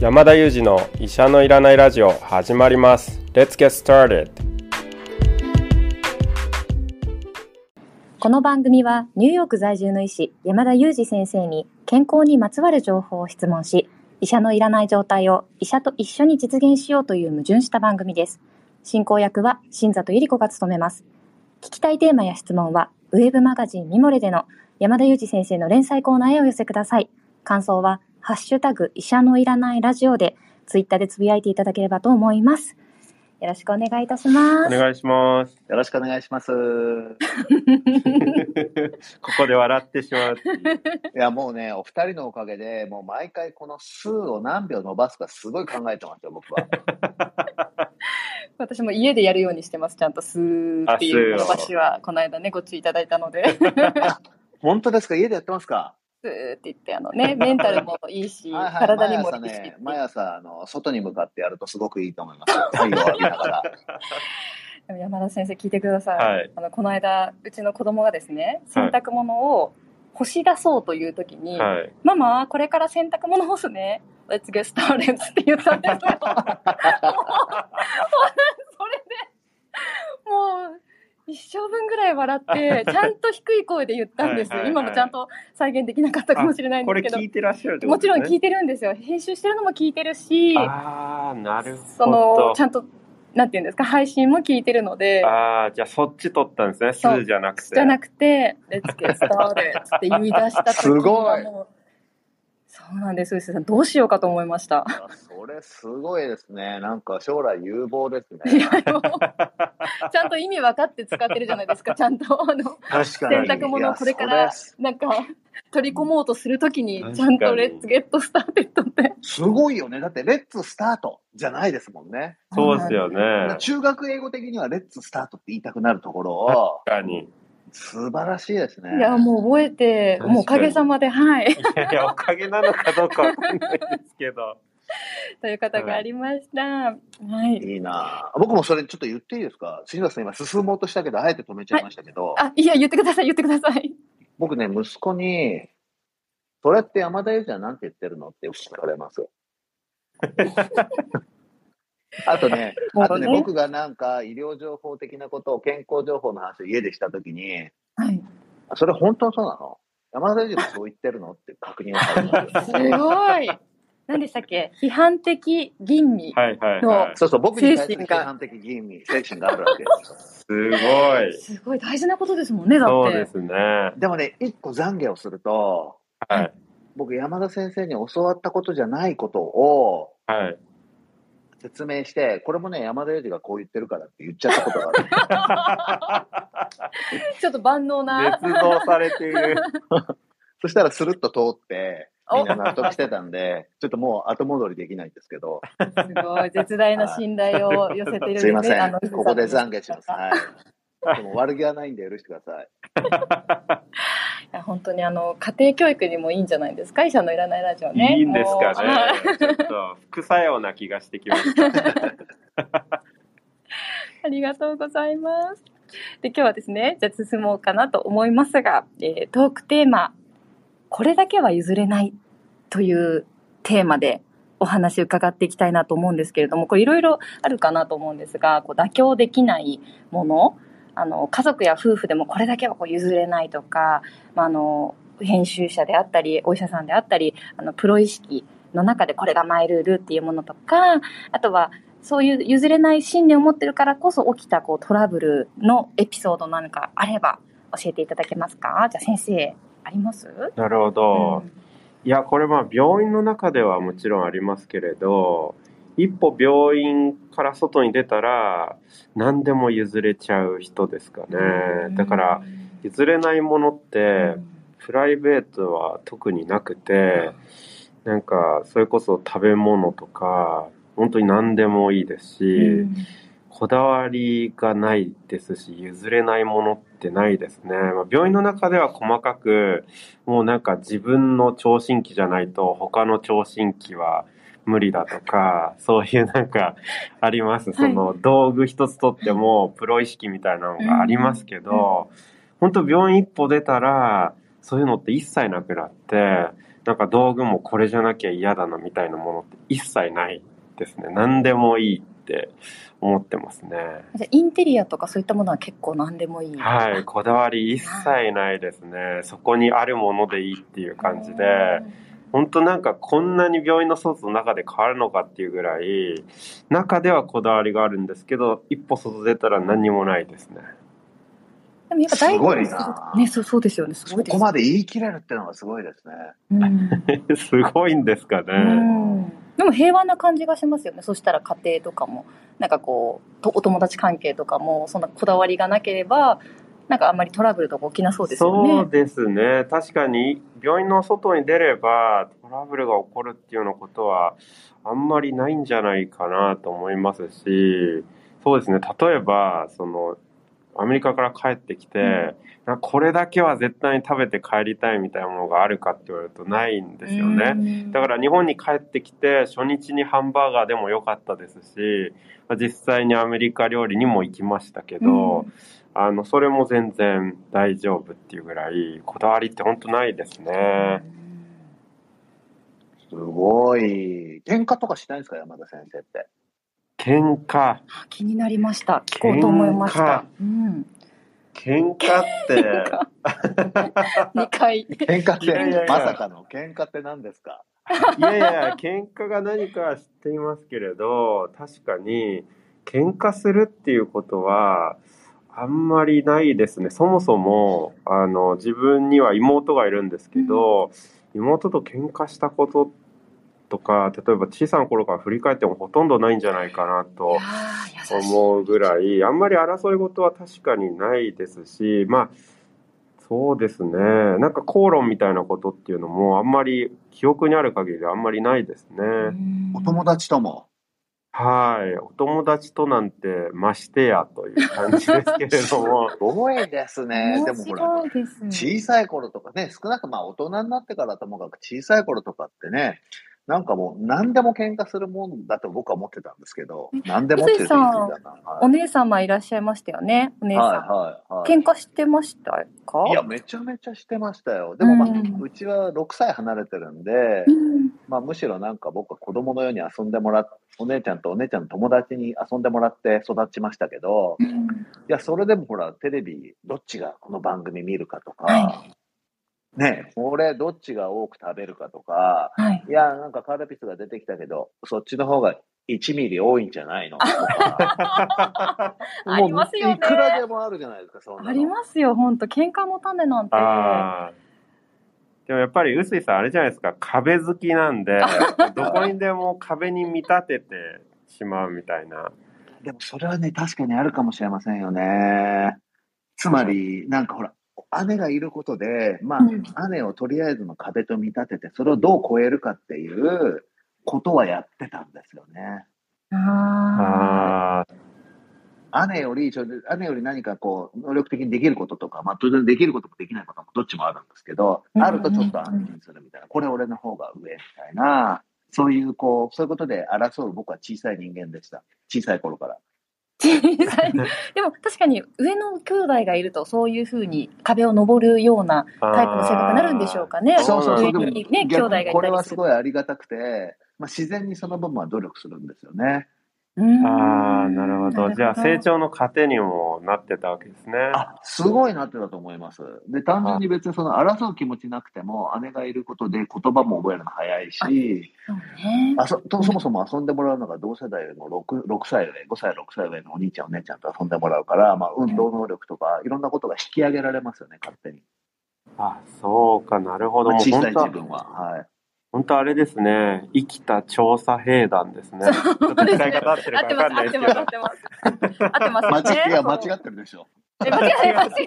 山田裕二の医者のいらないラジオ始まります。 Let's get started。 この番組はニューヨーク在住の医師山田裕二先生に健康にまつわる情報を質問し、医者のいらない状態を医者と一緒に実現しようという矛盾した番組です。進行役は新里百合子が務めます。聞きたいテーマや質問はウェブマガジンミモレでの山田裕二先生の連載コーナーへお寄せください。感想はハッシュタグ医者のいらないラジオでツイッターでつぶやいていただければと思います。よろしくお願いいたします。 お願いします。 よろしくお願いします。 ここで笑ってしまう。 いやもうね、お二人のおかげでもう毎回この数を何秒伸ばすかすごい考えてますよ、僕は。 私も家でやるようにしてます。ちゃんとスーっていう伸ばしはこの間ねご注意いただいたので。 本当ですか？家でやってますか？ スーって言ってメンタルもいいし、はいはい、体にもいいし、 毎朝外に向かってやるとすごくいいと思います。太陽を浴びながら。 でも山田先生聞いてください。 はい、 この間うちの子供がですね、洗濯物を干し出そうという時に、はい、ママこれから洗濯物干すね。Let's get started って言ったんですよ。それでもう一生分ぐらい笑ってちゃんと低い声で言ったんです。はいはいはい、今もちゃんと再現できなかったかもしれないんですけど、 これ聞いてらっしゃるってことですね。 もちろん聞いてるんですよ。編集してるのも聞いてるし、 なるほど。 ちゃんとなんていうんですか、配信も聞いてるので、 じゃあそっち取ったんですね。数じゃなくて Let's get started って言い出した時はもうそうなんです。臼井さんどうしようかと思いました。 それすごいですね。なんか将来有望ですね。 いやもうちゃんと意味分かって使ってるじゃないですか。ちゃんと洗濯物をこれからなんか取り込もうとするときにちゃんとレッツゲットスターテッドってすごいよね。だってレッツスタートじゃないですもんね。 そうですよね。 中学英語的にはレッツスタートって言いたくなるところを、 確かに素晴らしいですね。 いやもう覚えて、もうおかげさまで、はい。 いやおかげなのかどうかわかんないですけど。 という方がありました。はい。 いいな。僕もそれちょっと言っていいですか？杉松さん今進もうとしたけどあえて止めちゃいましたけど。 いや言ってください。 僕ね息子にそれって山田裕二はなんて言ってるのって聞かれます。あとね、僕がなんか医療情報的なことを健康情報の話を家でしたときに、はい、それ本当そうなの？山田裕二もそう言ってるのって確認をされます。 すごい。何でしたっけ？批判的吟味のそうそう、僕に対する批判的吟味精神があるわけです。 すごい大事なことですもんね。だってそうですね。 でもね、一個懺悔をすると、はい、僕山田先生に教わったことじゃないことを、はい、説明して、これもね、山田裕二がこう言ってるからって言っちゃったことがある。ちょっと万能な。 捏造されている。 そしたらスルッと通って、みんな納得してたんで、ちょっともう後戻りできないんですけど。 すごい、絶大な信頼を寄せているんですね。 すいません、ここで懺悔します。はい。でも悪気はないんで許してください。 いや本当に家庭教育にもいいんじゃないですか、医者のいらないラジオね。 いいんですかね。ちょっと副作用な気がしてきました。 ありがとうございます。で今日はですね、じゃあ進もうかなと思いますが、トークテーマ、これだけは譲れないというテーマでお話伺っていきたいなと思うんですけれども、これいろいろあるかなと思うんですが、妥協できないもの、家族や夫婦でもこれだけは譲れないとか、編集者であったりお医者さんであったりプロ意識の中でこれがマイルールっていうものとか、あとはそういう譲れない信念を持ってるからこそ起きたトラブルのエピソードなんかあれば教えていただけますか？じゃあ先生あります？ なるほど、いやこれ病院の中ではもちろんありますけれど、一歩病院から外に出たら何でも譲れちゃう人ですかね。だから譲れないものってプライベートは特になくて、なんかそれこそ食べ物とか本当に何でもいいですし、こだわりがないですし、譲れないものってないですね。病院の中では細かくもうなんか自分の聴診器じゃないと他の聴診器は無理だとか、そういうなんかあります。その道具一つとってもプロ意識みたいなのがありますけど、本当病院一歩出たらそういうのって一切なくなって、なんか道具もこれじゃなきゃ嫌だなみたいなものって一切ないですね。何でもいいって思ってますね。 じゃあインテリアとかそういったものは結構何でもいい。 はい、こだわり一切ないですね。そこにあるものでいいっていう感じで、本当なんかこんなに病院の外の中で変わるのかっていうぐらい、中ではこだわりがあるんですけど、一歩外出たら何にもないですね。 でもやっぱ大すごいな。 ね、そうですよね。すごいです。 そこまで言い切れるっていうのがすごいですね。すごいんですかね。 でも平和な感じがしますよね。そしたら家庭とかも、なんかこう、お友達関係とかも、そんなこだわりがなければ、なんかあんまりトラブルとか起きなそうですよね。 そうですね。確かに病院の外に出ればトラブルが起こるっていうようなことはあんまりないんじゃないかなと思いますし、そうですね。例えば、アメリカから帰ってきて、これだけは絶対に食べて帰りたいみたいなものがあるかって言われるとないんですよね。だから日本に帰ってきて初日にハンバーガーでも良かったですし、実際にアメリカ料理にも行きましたけど、それも全然大丈夫っていうぐらいこだわりって本当ないですね。 すごい。喧嘩とかしないんですか、山田先生って。 喧嘩。 気になりました。聞こうと思いました。 喧嘩って 2回。 喧嘩ってまさかの喧嘩って何ですか？ いやいや、喧嘩が何かは知っていますけれど、確かに喧嘩するっていうことはあんまりないですね。そもそも自分には妹がいるんですけど、妹と喧嘩したこととか、例えば小さな頃から振り返ってもほとんどないんじゃないかなと思うぐらい、あんまり争い事は確かにないですし、まあそうですね。なんか口論みたいなことっていうのもあんまり記憶にある限りであんまりないですね。 お友達とも。 はい。お友達となんてましてやという感じですけれども。 すごいですね。でもほら、小さい頃とかね、少なく大人になってからともかく小さい頃とかってね、なんかもう何でも喧嘩するもんだと僕は思ってたんですけど、何でもって言うと言い過ぎだな。 お姉様いらっしゃいましたよね、お姉さん。はい。喧嘩してましたか？ いや、めちゃめちゃしてましたよ。でもうちは6歳離れてるんで、むしろなんか僕は子供のように遊んでもらって、お姉ちゃんとお姉ちゃんの友達に遊んでもらって育ちましたけど、いや、それでもほら、テレビどっちがこの番組見るかとか、ね、これどっちが多く食べるかとか、いや、なんかカルピスが出てきたけど、そっちの方が1ミリ多いんじゃないのとか。 ありますよね。 いくらでもあるじゃないですか、そんなの。 ありますよ、ほんと。喧嘩の種なんて。 でもやっぱり臼井さんあれじゃないですか、壁好きなんで、どこにでも壁に見立ててしまうみたいな。 でもそれはね、確かにあるかもしれませんよね。つまり、なんかほら、姉がいることで、姉をとりあえずの壁と見立てて、それをどう超えるかっていうことはやってたんですよね。姉より何かこう、能力的にできることとか、当然できることもできないこともどっちもあるんですけど、あるとちょっと安心するみたいな、これ俺の方が上みたいな、そういうことで争う僕は小さい人間でした。小さい頃から。 でも確かに上の兄弟がいるとそういうふうに壁を登るようなタイプの性格になるんでしょうかね。 そう上にね、兄弟がいたりする。 これはすごいありがたくて、自然にその部分は努力するんですよね。 なるほど。じゃあ成長の糧にもなってたわけですね。 すごいなってたと思います。で、単純に別にその争う気持ちなくても、姉がいることで言葉も覚えるの早いし、そもそも遊んでもらうのが同世代の6歳上、5歳、6歳上のお兄ちゃんお姉ちゃんと遊んでもらうから、運動能力とかいろんなことが引き上げられますよね、勝手に。 そうか、なるほど。 小さい自分は。はい。 本当あれですね。生きた調査兵団ですね。ちょっと使い方合ってるか分かんないですけど。合ってます。 いや、間違ってるでしょ。 間違え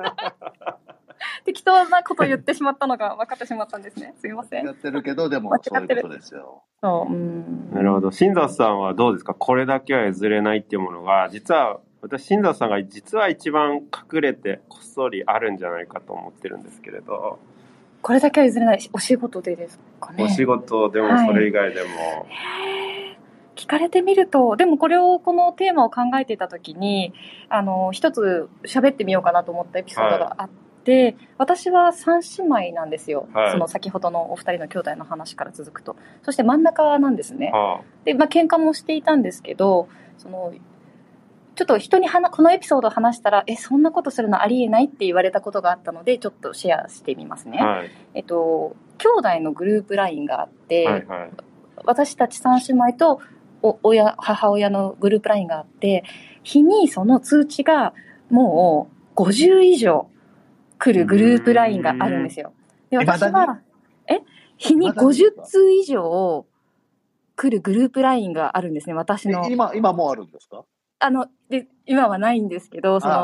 適当なこと言ってしまったのが分かってしまったんですね。すみません。 やってるけど、でもそういうことですよ。 なるほど。新里さんはどうですか？これだけは譲れないっていうものが、実は私、新里さんが実は一番隠れてこっそりあるんじゃないかと思ってるんですけれど。 これだけは譲れない。お仕事でですかね。 お仕事でもそれ以外でも。 聞かれてみると、でもこのテーマを考えていたときに、一つ喋ってみようかなと思ったエピソードがあっで、私は3姉妹なんですよ、 はい、 その先ほどのお二人の兄弟の話から続くと。そして真ん中なんですね。 はあ、 で、喧嘩もしていたんですけど、ちょっと人にこのエピソードを話したら、そんなことするのありえないって言われたことがあったので、ちょっとシェアしてみますね。 はい、 兄弟のグループ LINE があって、 はいはい、 私たち3姉妹と母親のグループ LINE があって、日にその通知がもう50以上来るグループ LINE があるんですよ。で、私は日に50通以上来るグループ LINE があるんですね、私の。 今もうあるんですか？ 今はないんですけど、その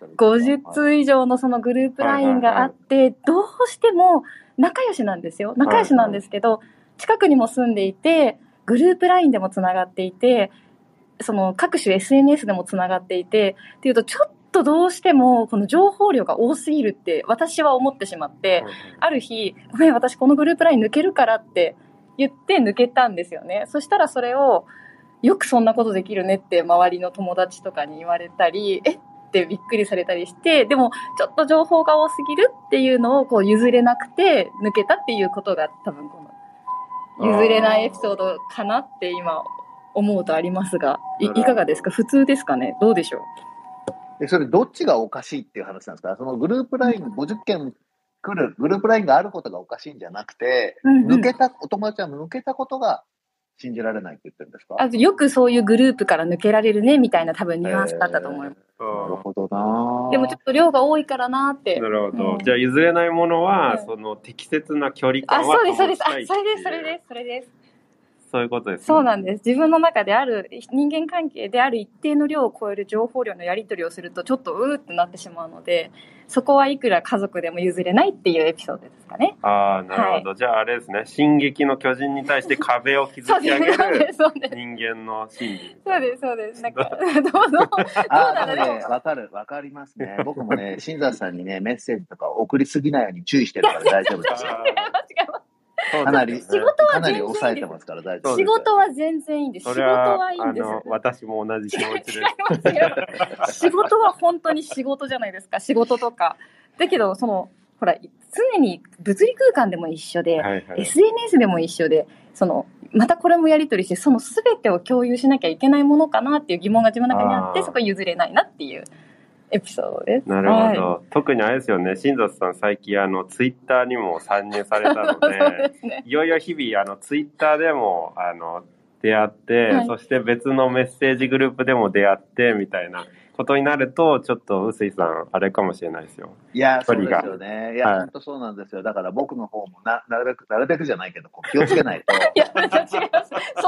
50通以上のそのグループ LINE があって、どうしても仲良しなんですよ。仲良しなんですけど、近くにも住んでいて、グループ LINE でもつながっていて、その各種 SNS でもつながっていてっていうと、ちょっとどうしてもこの情報量が多すぎるって私は思ってしまって、ある日、ごめん、私このグループ LINE 抜けるからって言って抜けたんですよね。そしたらそれを、よくそんなことできるねって周りの友達とかに言われたり、ってびっくりされたりして、でもちょっと情報が多すぎるっていうのをこう譲れなくて抜けたっていうことが、多分この譲れないエピソードかなって今思うとありますが、いかがですか？普通ですかね？どうでしょう？それどっちがおかしいっていう話なんですか？そのグループ LINE 50件来るグループ LINE があることがおかしいんじゃなくて、お友達は抜けたことが信じられないって言ってるんですか？ よくそういうグループから抜けられるねみたいな多分ニュアンスだったと思います。 なるほどな。 でもちょっと量が多いからなって。 なるほど。じゃあ譲れないものは、その適切な距離感は保ちたいっていう。 そうです。それです。 そういうことですね。 そうなんです。自分の中である人間関係である一定の量を超える情報量のやり取りをするとちょっとうーってなってしまうので、そこはいくら家族でも譲れないっていうエピソードですかね。 ああ、なるほど。はい、じゃああれですね。進撃の巨人に対して壁を築き上げる人間の心理。 そうです。なんかどうなのね。 わかりますね。僕もね、新座さんにね、メッセージとか送りすぎないように注意してるから大丈夫です。かなり抑えてますから大丈夫。 仕事は全然いいんです。仕事はいいんです。 私も同じ気持ちです。 仕事は本当に仕事じゃないですか。仕事とか。だけど、ほら、常に物理空間でも一緒で、SNS でも一緒で、またこれもやり取りして、その全てを共有しなきゃいけないものかなっていう疑問が自分の中にあって、そこ譲れないなっていうエピソードです。 なるほど。はい、特にあれですよね、新里さん最近ツイッターにも参入されたので、いよいよ日々ツイッターでも出会って、そして別のメッセージグループでも出会ってみたいなことになると、ちょっと臼井さんあれかもしれないですよ。 いや、そうですよね。いや、本当そうなんですよ。だから僕の方もなるべくじゃないけど気をつけないと。 いや、違います。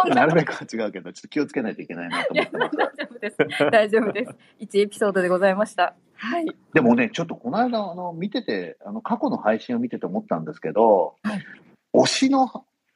なるべくは違うけど、ちょっと気をつけないといけないなと思ってます。 大丈夫です。1エピソードでございました。はい。 でもね、ちょっとこの間見てて過去の配信を見てて思ったんですけど、推しの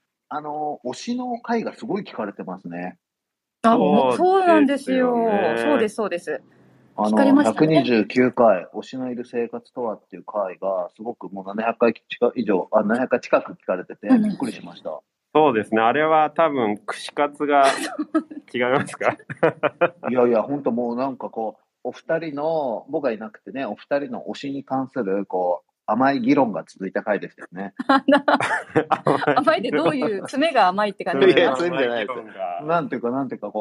回がすごい聞かれてますね。 そうなんですよ。そうです。聞かれましたね。 129回、推しのいる生活とはっていう回が、すごくもう700回近く聞かれてて、びっくりしました。 そうですね。あれは多分、串カツが違いますか？ いや、本当もうなんかお二人の、僕がいなくてね、お二人の推しに関する、甘い議論が続いた回でしたよね。 甘いってどういう、爪が甘いって感じですか？いや、そういうんじゃないです。なんていうか、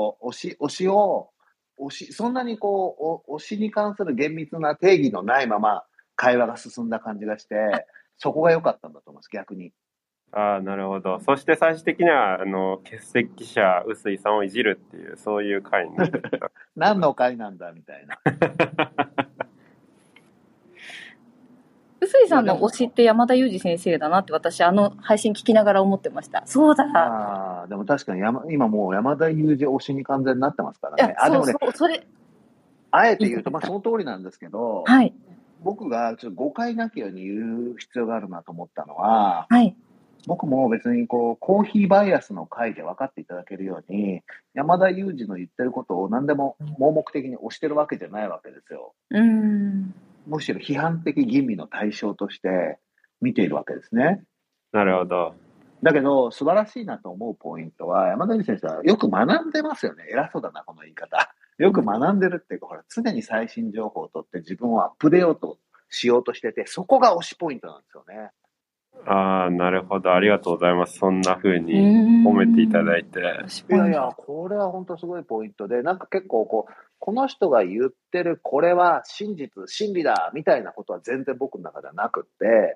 推し、そんなに推しに関する厳密な定義のないまま会話が進んだ感じがして、そこが良かったんだと思います、逆に。 ああ、なるほど。そして最終的には、欠席者、臼井さんをいじるっていう、そういう回になってた。 何の回なんだ、みたいな。 臼井さんの推しって山田裕二先生だなって私配信聞きながら思ってました。そうだ。 でも確かに今もう山田裕二推しに完全になってますからね。でもね、あえて言うと、その通りなんですけど、 はい、 僕がちょっと誤解なきように言う必要があるなと思ったのは、 はい、 僕も別にコーヒーバイアスの回で分かっていただけるように、山田裕二の言ってることを何でも盲目的に推してるわけじゃないわけですよ。むしろ批判的吟味の対象として見ているわけですね。 なるほど。 だけど、素晴らしいなと思うポイントは、山田先生はよく学んでますよね。偉そうだな、この言い方。よく学んでるっていうか、ほら、常に最新情報を取って自分をアップデートしようとしてて、そこが推しポイントなんですよね。 ああ、なるほど。ありがとうございます。そんな風に褒めていただいて。 いやいや、これは本当すごいポイントで、なんか結構この人が言ってるこれは真理だみたいなことは全然僕の中ではなくって、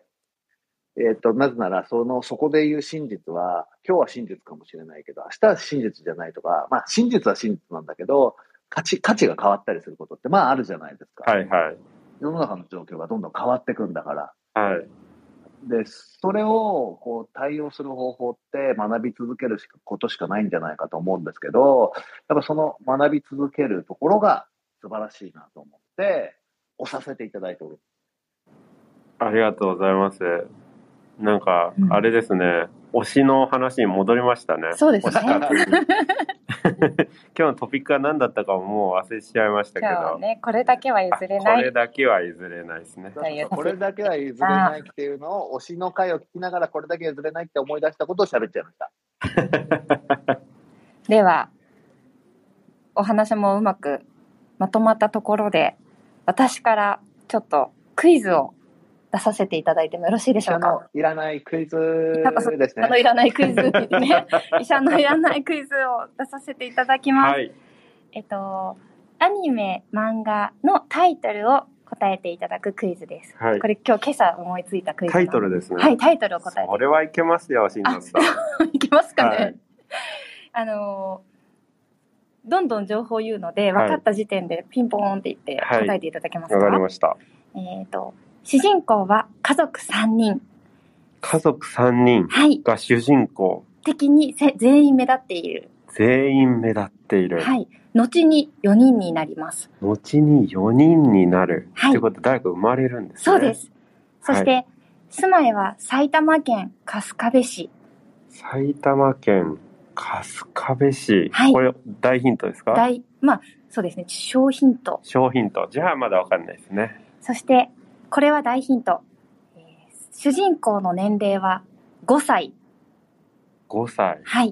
なぜならそこで言う真実は、今日は真実かもしれないけど、明日は真実じゃないとか、まあ真実は真実なんだけど、価値が変わったりすることってまああるじゃないですか。 はいはい。 世の中の状況がどんどん変わっていくんだから。 はい。 で、それを対応する方法って学び続けることしかないんじゃないかと思うんですけど、やっぱその学び続けるところが素晴らしいなと思って、押させていただいております。 ありがとうございます。なんか、あれですね、推しの話に戻りましたね。 そうですね。 今日のトピックは何だったかもう忘れちゃいましたけど。 今日ね、これだけは譲れない。 これだけは譲れないですね。 これだけは譲れないっていうのを、推しの回を聞きながらこれだけ譲れないって思い出したことを喋っちゃいました。 では、お話もうまくまとまったところで、私からちょっとクイズを出させていただいてもよろしいでしょうか。 医者のいらないクイズですね。 医者のいらないクイズですね。医者のいらないクイズを出させていただきます。はい、アニメ、漫画のタイトルを答えていただくクイズです。はい、これ今朝思いついたクイズ。 タイトルですね。 はい、タイトルを答えて。 これはいけますよ、新野さん。 いけますかね。はい、どんどん情報を言うので、分かった時点でピンポーンって言って答えていただけますか。 わかりました。 主人公は家族3人。 家族3人が主人公。 的に全員目立っている。 全員目立っている。 はい。後に4人になります。 後に4人になる。はい。ということで誰か生まれるんですね。 そうです。そして、住まいは埼玉県春日部市。 埼玉県春日部市。はい。これ大ヒントですか？ まあ、そうですね。小ヒント。 小ヒント。じゃあまだわかんないですね。 そして、これは大ヒント。主人公の年齢は5歳。 5歳。 はい。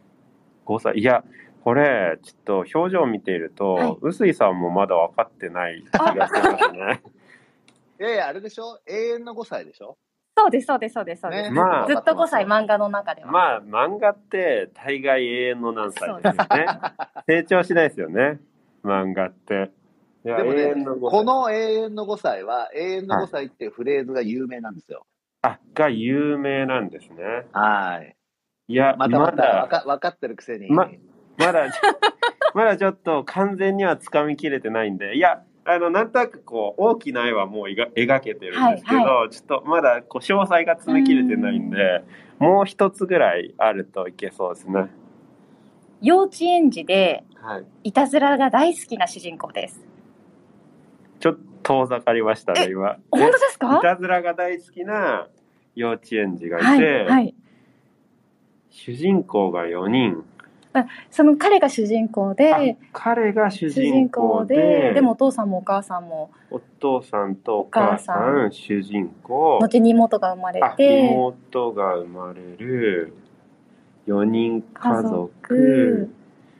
5歳。いや、これ、ちょっと表情を見ていると、臼井さんもまだ分かってない気がしますね。 いやいや、あれでしょ？永遠の5歳でしょ？ そうです。ね、まあ、ずっと5歳、漫画の中では。 まあ、漫画って大概永遠の何歳ですよね。成長しないですよね、漫画って。 でもね、この永遠の5歳は、永遠の5歳っていうフレーズが有名なんですよ。 が有名なんですね。 はい。 いや、 まだ分かってるくせに。 まだちょっと完全にはつかみきれてないんで、いや、なんとなく大きな絵はもう描けてるんですけど、ちょっとまだ詳細が詰めきれてないんで、もう一つぐらいあるといけそうですね。 幼稚園児で、いたずらが大好きな主人公です。 ちょっと遠ざかりましたね、今。 本当ですか？ いたずらが大好きな幼稚園児がいて、主人公が4人。 その彼が主人公で、でもお父さんもお母さんも。 お父さんとお母さん、主人公。 後に妹が生まれて。 妹が生まれる。4人家族。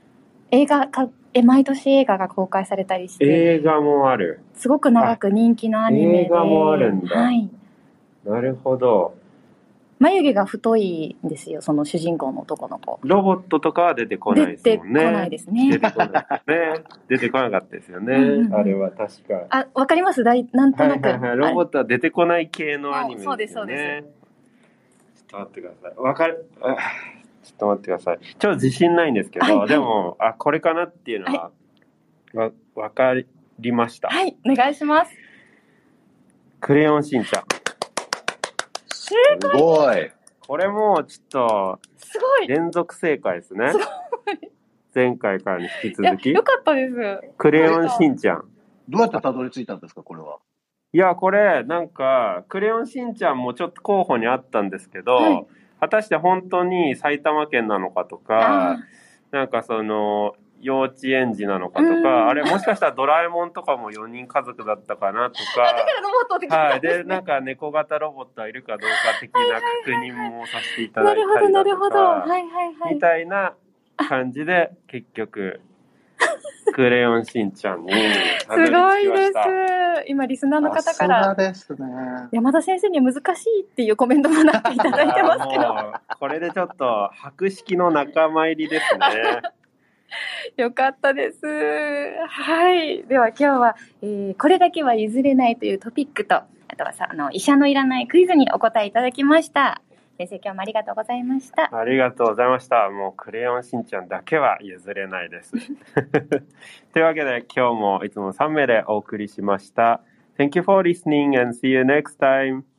毎年映画が公開されたりして。 映画もある。 すごく長く人気のアニメで。 映画もあるんだ。 はい。 なるほど。 眉毛が太いんですよ、その主人公の男の子。 ロボットとかは出てこないですもんね。 出てこないですね。 出てこないですね。出てこなかったですよね。あれは確か。 わかります？なんとなく。 ロボットは出てこない系のアニメですよね。 そうです。 ちょっと待ってください。ちょっと待ってください。ちょっと自信ないんですけど、でも、これかなっていうのは、わかりました。 はい、お願いします。 クレヨンしんちゃん。 すごい。 これもちょっと連続正解ですね。前回からに引き続き。 よかったです。 クレヨンしんちゃん。 どうやってたどり着いたんですか、これは。 いや、これなんかクレヨンしんちゃんもちょっと候補にあったんですけど、果たして本当に埼玉県なのかとか、なんかその幼稚園児なのかとか、あれもしかしたらドラえもんとかも4人家族だったかなとか、 だからロボット的な、 でなんか猫型ロボットはいるかどうか的な確認もさせていただいたりだとか、みたいな感じで結局クレヨンしんちゃんにすごいです。今リスナーの方からですね、 山田先生に難しいっていうコメントもなっていただいてますけどこれでちょっと博識の仲間入りですね。 よかったです。はい。では今日は、これだけは譲れないというトピックと、あとは医者のいらないクイズにお答えいただきました。先生、今日もありがとうございました。 ありがとうございました。もうクレヨンしんちゃんだけは譲れないです。というわけで今日もいつも3名でお送りしました。Thank you for listening and see you next time.